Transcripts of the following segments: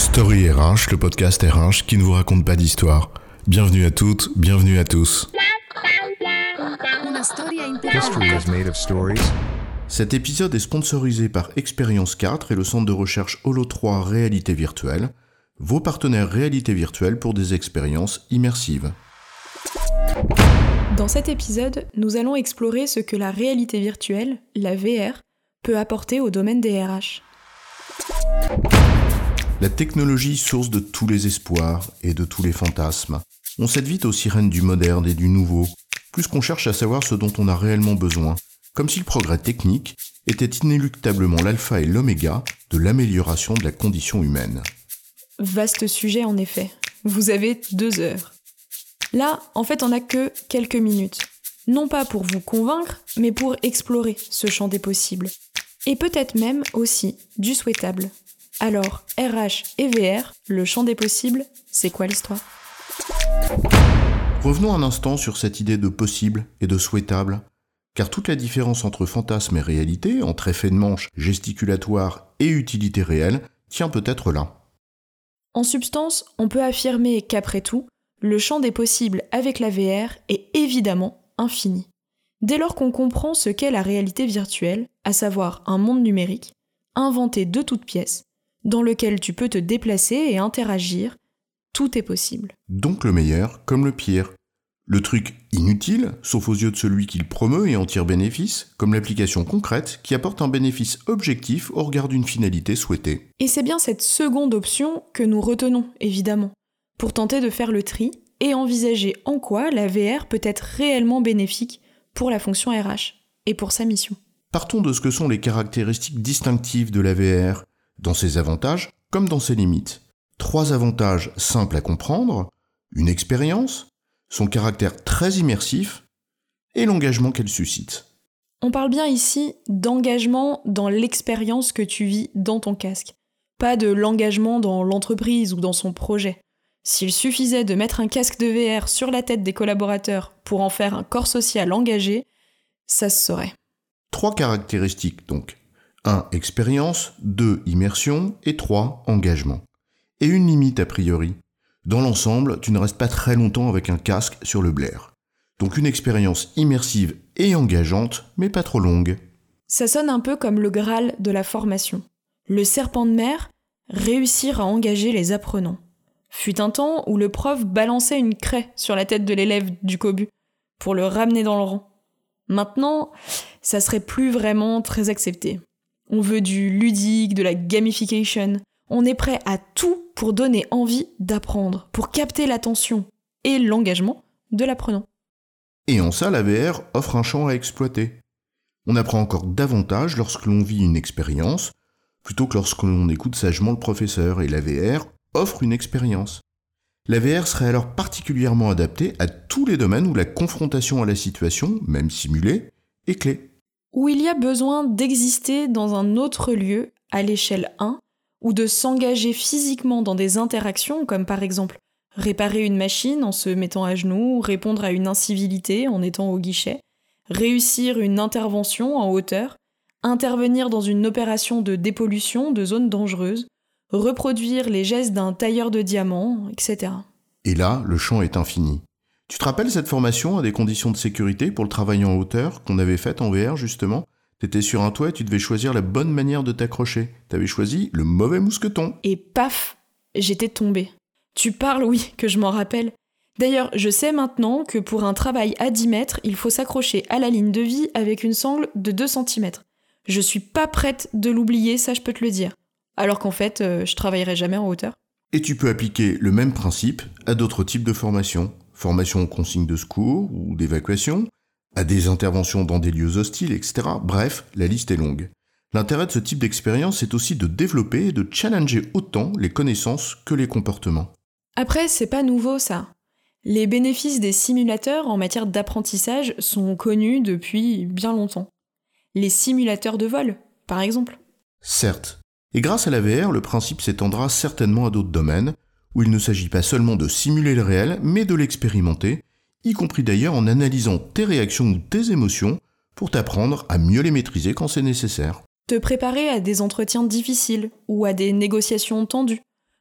Story RH, le podcast RH qui ne vous raconte pas d'histoire. Bienvenue à toutes, bienvenue à tous. History is made of stories. Cet épisode est sponsorisé par Expérience 4 et le centre de recherche Holo 3 Réalité Virtuelle, vos partenaires réalité virtuelle pour des expériences immersives. Dans cet épisode, nous allons explorer ce que la réalité virtuelle, la VR, peut apporter au domaine des RH. La technologie, source de tous les espoirs et de tous les fantasmes. On cède vite aux sirènes du moderne et du nouveau, plus qu'on cherche à savoir ce dont on a réellement besoin, comme si le progrès technique était inéluctablement l'alpha et l'oméga de l'amélioration de la condition humaine. Vaste sujet en effet. Vous avez 2 heures. Là, en fait, on n'a que quelques minutes. Non pas pour vous convaincre, mais pour explorer ce champ des possibles. Et peut-être même aussi du souhaitable. Alors, RH et VR, le champ des possibles, c'est quoi l'histoire ? Revenons un instant sur cette idée de possible et de souhaitable, car toute la différence entre fantasme et réalité, entre effet de manche, gesticulatoire et utilité réelle, tient peut-être là. En substance, on peut affirmer qu'après tout, le champ des possibles avec la VR est évidemment infini. Dès lors qu'on comprend ce qu'est la réalité virtuelle, à savoir un monde numérique, inventé de toutes pièces, dans lequel tu peux te déplacer et interagir, tout est possible. Donc le meilleur comme le pire. Le truc inutile, sauf aux yeux de celui qui le promeut et en tire bénéfice, comme l'application concrète qui apporte un bénéfice objectif au regard d'une finalité souhaitée. Et c'est bien cette seconde option que nous retenons, évidemment, pour tenter de faire le tri et envisager en quoi la VR peut être réellement bénéfique pour la fonction RH et pour sa mission. Partons de ce que sont les caractéristiques distinctives de la VR, dans ses avantages comme dans ses limites. 3 avantages simples à comprendre, une expérience, son caractère très immersif et l'engagement qu'elle suscite. On parle bien ici d'engagement dans l'expérience que tu vis dans ton casque, pas de l'engagement dans l'entreprise ou dans son projet. S'il suffisait de mettre un casque de VR sur la tête des collaborateurs pour en faire un corps social engagé, ça se saurait. 3 caractéristiques donc. 1. Expérience, 2. Immersion et 3. Engagement. Et une limite a priori. Dans l'ensemble, tu ne restes pas très longtemps avec un casque sur le blaire. Donc une expérience immersive et engageante, mais pas trop longue. Ça sonne un peu comme le Graal de la formation. Le serpent de mer, réussir à engager les apprenants. Fut un temps où le prof balançait une craie sur la tête de l'élève du cobu pour le ramener dans le rang. Maintenant, ça serait plus vraiment très accepté. On veut du ludique, de la gamification. On est prêt à tout pour donner envie d'apprendre, pour capter l'attention et l'engagement de l'apprenant. Et en ça, la VR offre un champ à exploiter. On apprend encore davantage lorsque l'on vit une expérience, plutôt que lorsque l'on écoute sagement le professeur, et la VR offre une expérience. La VR serait alors particulièrement adaptée à tous les domaines où la confrontation à la situation, même simulée, est clé. Où il y a besoin d'exister dans un autre lieu, à l'échelle 1, ou de s'engager physiquement dans des interactions, comme par exemple réparer une machine en se mettant à genoux, répondre à une incivilité en étant au guichet, réussir une intervention en hauteur, intervenir dans une opération de dépollution de zones dangereuses, reproduire les gestes d'un tailleur de diamants, etc. Et là, le champ est infini. Tu te rappelles cette formation à des conditions de sécurité pour le travail en hauteur qu'on avait faite en VR justement ? T'étais sur un toit et tu devais choisir la bonne manière de t'accrocher. T'avais choisi le mauvais mousqueton. Et paf, j'étais tombée. Tu parles, oui, que je m'en rappelle. D'ailleurs, je sais maintenant que pour un travail à 10 mètres, il faut s'accrocher à la ligne de vie avec une sangle de 2 cm. Je suis pas prête de l'oublier, ça je peux te le dire. Alors qu'en fait, je travaillerai jamais en hauteur. Et tu peux appliquer le même principe à d'autres types de formations. Formation aux consignes de secours ou d'évacuation, à des interventions dans des lieux hostiles, etc. Bref, la liste est longue. L'intérêt de ce type d'expérience est aussi de développer et de challenger autant les connaissances que les comportements. Après, c'est pas nouveau ça. Les bénéfices des simulateurs en matière d'apprentissage sont connus depuis bien longtemps. Les simulateurs de vol, par exemple. Certes. Et grâce à la VR, le principe s'étendra certainement à d'autres domaines, où il ne s'agit pas seulement de simuler le réel, mais de l'expérimenter, y compris d'ailleurs en analysant tes réactions ou tes émotions pour t'apprendre à mieux les maîtriser quand c'est nécessaire. Te préparer à des entretiens difficiles ou à des négociations tendues,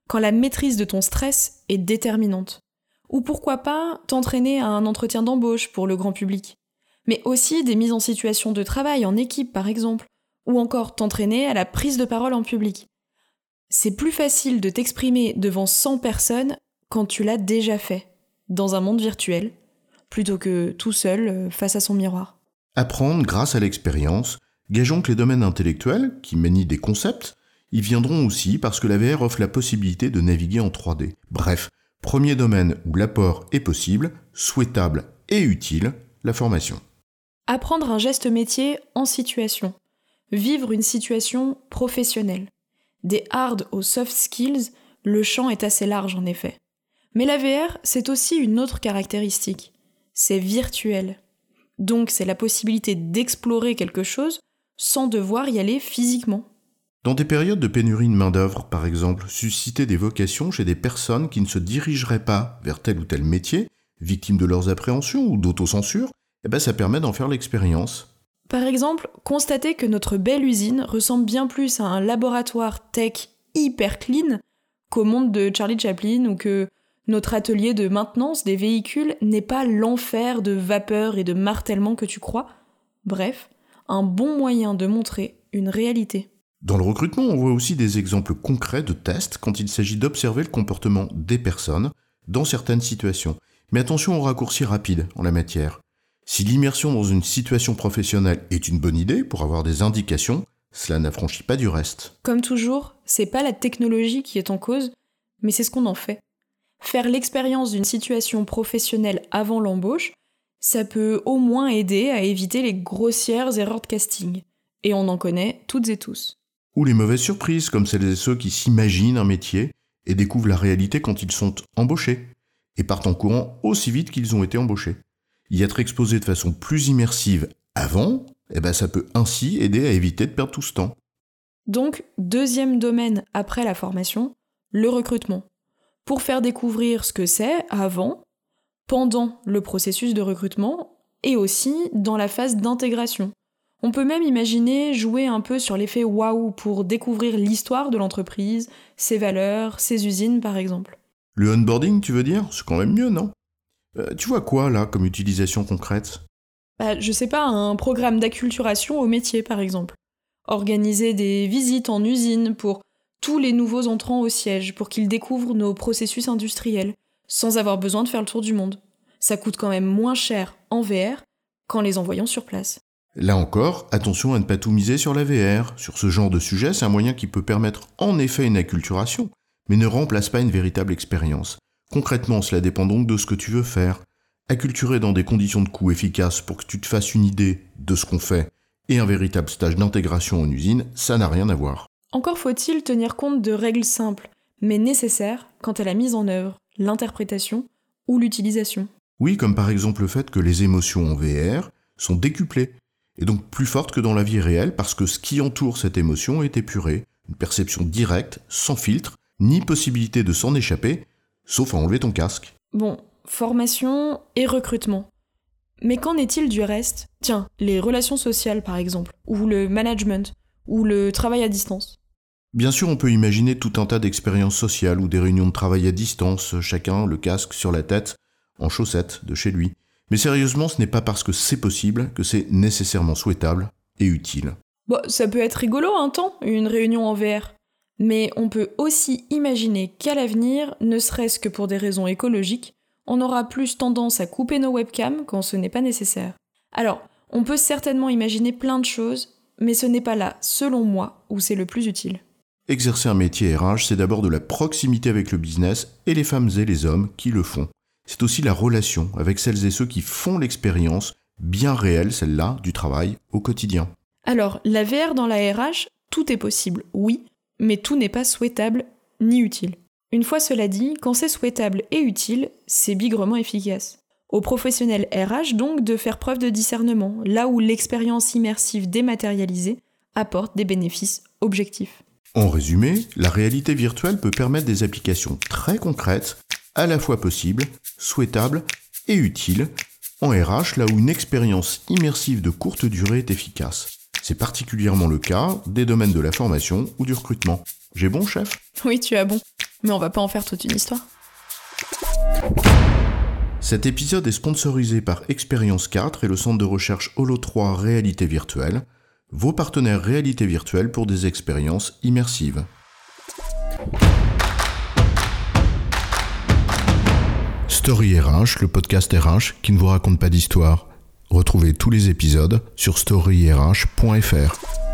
quand la maîtrise de ton stress est déterminante. Ou pourquoi pas t'entraîner à un entretien d'embauche pour le grand public. Mais aussi des mises en situation de travail en équipe par exemple, ou encore t'entraîner à la prise de parole en public. C'est plus facile de t'exprimer devant 100 personnes quand tu l'as déjà fait, dans un monde virtuel, plutôt que tout seul face à son miroir. Apprendre grâce à l'expérience, gageons que les domaines intellectuels, qui manient des concepts, y viendront aussi parce que la VR offre la possibilité de naviguer en 3D. Bref, premier domaine où l'apport est possible, souhaitable et utile, la formation. Apprendre un geste métier en situation. Vivre une situation professionnelle. Des hard aux soft skills, le champ est assez large en effet. Mais la VR, c'est aussi une autre caractéristique. C'est virtuel. Donc c'est la possibilité d'explorer quelque chose sans devoir y aller physiquement. Dans des périodes de pénurie de main-d'œuvre, par exemple, susciter des vocations chez des personnes qui ne se dirigeraient pas vers tel ou tel métier, victimes de leurs appréhensions ou d'autocensure, ça permet d'en faire l'expérience. Par exemple, constater que notre belle usine ressemble bien plus à un laboratoire tech hyper clean qu'au monde de Charlie Chaplin ou que notre atelier de maintenance des véhicules n'est pas l'enfer de vapeur et de martèlement que tu crois. Bref, un bon moyen de montrer une réalité. Dans le recrutement, on voit aussi des exemples concrets de tests quand il s'agit d'observer le comportement des personnes dans certaines situations. Mais attention aux raccourcis rapides en la matière. Si l'immersion dans une situation professionnelle est une bonne idée pour avoir des indications, cela n'affranchit pas du reste. Comme toujours, c'est pas la technologie qui est en cause, mais c'est ce qu'on en fait. Faire l'expérience d'une situation professionnelle avant l'embauche, ça peut au moins aider à éviter les grossières erreurs de casting. Et on en connaît toutes et tous. Ou les mauvaises surprises, comme celles et ceux qui s'imaginent un métier et découvrent la réalité quand ils sont embauchés, et partent en courant aussi vite qu'ils ont été embauchés. Y être exposé de façon plus immersive avant, ça peut ainsi aider à éviter de perdre tout ce temps. Donc, deuxième domaine après la formation, le recrutement. Pour faire découvrir ce que c'est avant, pendant le processus de recrutement et aussi dans la phase d'intégration. On peut même imaginer jouer un peu sur l'effet waouh pour découvrir l'histoire de l'entreprise, ses valeurs, ses usines par exemple. Le onboarding, tu veux dire ? C'est quand même mieux, non ? Tu vois quoi, là, comme utilisation concrète ? Je sais pas, un programme d'acculturation au métier, par exemple. Organiser des visites en usine pour tous les nouveaux entrants au siège, pour qu'ils découvrent nos processus industriels, sans avoir besoin de faire le tour du monde. Ça coûte quand même moins cher en VR qu'en les envoyant sur place. Là encore, attention à ne pas tout miser sur la VR. Sur ce genre de sujet, c'est un moyen qui peut permettre en effet une acculturation, mais ne remplace pas une véritable expérience. Concrètement, cela dépend donc de ce que tu veux faire. Acculturer dans des conditions de coût efficaces pour que tu te fasses une idée de ce qu'on fait et un véritable stage d'intégration en usine, ça n'a rien à voir. Encore faut-il tenir compte de règles simples, mais nécessaires quant à la mise en œuvre, l'interprétation ou l'utilisation. Oui, comme par exemple le fait que les émotions en VR sont décuplées, et donc plus fortes que dans la vie réelle parce que ce qui entoure cette émotion est épuré, une perception directe, sans filtre, ni possibilité de s'en échapper, sauf à enlever ton casque. Bon, formation et recrutement. Mais qu'en est-il du reste ? Tiens, les relations sociales par exemple, ou le management, ou le travail à distance. Bien sûr, on peut imaginer tout un tas d'expériences sociales ou des réunions de travail à distance, chacun le casque sur la tête, en chaussettes de chez lui. Mais sérieusement, ce n'est pas parce que c'est possible que c'est nécessairement souhaitable et utile. Bon, ça peut être rigolo un temps, une réunion en VR. Mais on peut aussi imaginer qu'à l'avenir, ne serait-ce que pour des raisons écologiques, on aura plus tendance à couper nos webcams quand ce n'est pas nécessaire. Alors, on peut certainement imaginer plein de choses, mais ce n'est pas là, selon moi, où c'est le plus utile. Exercer un métier RH, c'est d'abord de la proximité avec le business et les femmes et les hommes qui le font. C'est aussi la relation avec celles et ceux qui font l'expérience, bien réelle celle-là, du travail au quotidien. Alors, la VR dans la RH, tout est possible, oui, mais tout n'est pas souhaitable ni utile. Une fois cela dit, quand c'est souhaitable et utile, c'est bigrement efficace. Aux professionnels RH donc de faire preuve de discernement, là où l'expérience immersive dématérialisée apporte des bénéfices objectifs. En résumé, la réalité virtuelle peut permettre des applications très concrètes, à la fois possibles, souhaitables et utiles, en RH là où une expérience immersive de courte durée est efficace. C'est particulièrement le cas des domaines de la formation ou du recrutement. J'ai bon, chef ? Oui, tu as bon. Mais on va pas en faire toute une histoire. Cet épisode est sponsorisé par Expérience 4 et le centre de recherche Holo 3 Réalité Virtuelle, vos partenaires réalité virtuelle pour des expériences immersives. Story RH, le podcast RH qui ne vous raconte pas d'histoire. Retrouvez tous les épisodes sur storyrh.fr.